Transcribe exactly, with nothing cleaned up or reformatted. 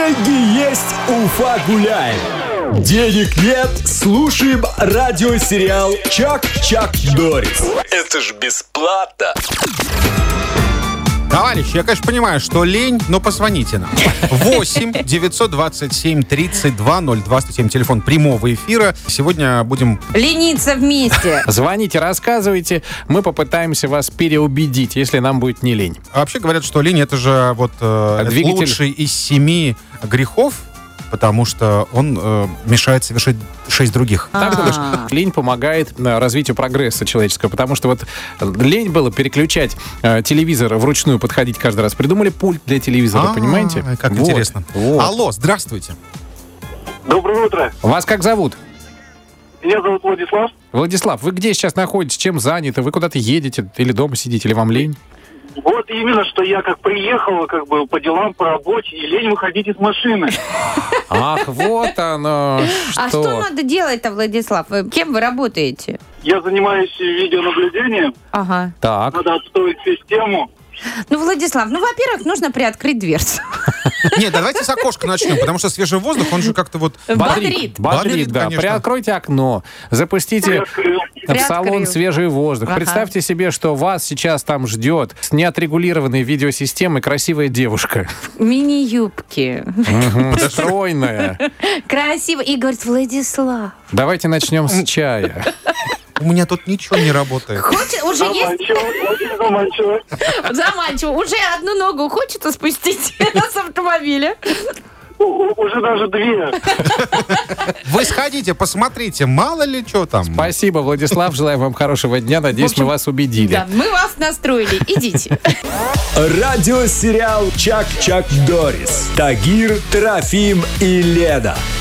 Деньги есть, Уфа гуляем. Денег нет, слушаем радиосериал «Чак-Чак Дорис». Это ж бесплатно. Товарищи, я, конечно, понимаю, что лень, но позвоните нам. восемь девятьсот двадцать семь тридцать два ноль двадцать семь, телефон прямого эфира. Сегодня будем... лениться вместе. Звоните, рассказывайте. Мы попытаемся вас переубедить, если нам будет не лень. А вообще говорят, что лень — это же вот э, Двигатель. лучший из семи грехов, потому что он э, мешает совершить шесть других. Так думаешь? Лень помогает э, развитию прогресса человеческого, потому что вот лень было переключать э, телевизор вручную, подходить каждый раз. Придумали пульт для телевизора, А, понимаете? Как Вот, интересно. вот. Алло, здравствуйте. Доброе утро. Вас как зовут? Меня зовут Владислав. Владислав, вы где сейчас находитесь? Чем заняты? Вы куда-то едете? Или дома сидите? Или вам лень? Вот именно, что я как приехал, как бы по делам, по работе, и лень выходить из машины. Ах, вот оно А что. что надо делать-то, Владислав? Вы- Кем вы работаете? Я занимаюсь видеонаблюдением, Ага. Так. надо отстроить систему. Ну, Владислав, ну, во-первых, нужно приоткрыть дверцу. Нет, давайте с окошка начнем, потому что свежий воздух, он же как-то вот... Бодрит. Бодрит, Бодрит, да. конечно. Приоткройте окно, запустите Приоткрыл. в салон Приоткрыл. свежий воздух. Ага. Представьте себе, что вас сейчас там ждет с неотрегулированной видеосистемой красивая девушка. Мини-юбки. Мгм, стройная. Красиво. И говорит, Владислав, Давайте начнем с чая. У меня тут ничего не работает. хочет, уже есть Заманчиво, очень заманчиво. заманчиво, уже одну ногу хочется спустить с автомобиля. У- у- Уже даже две. Вы сходите, посмотрите, мало ли что там. Спасибо, Владислав. Желаем вам хорошего дня. Надеюсь, В общем, мы вас убедили. Да, мы вас настроили. Идите. Радиосериал «Чак-Чак Дорис». Тагир, Трофим и Леда.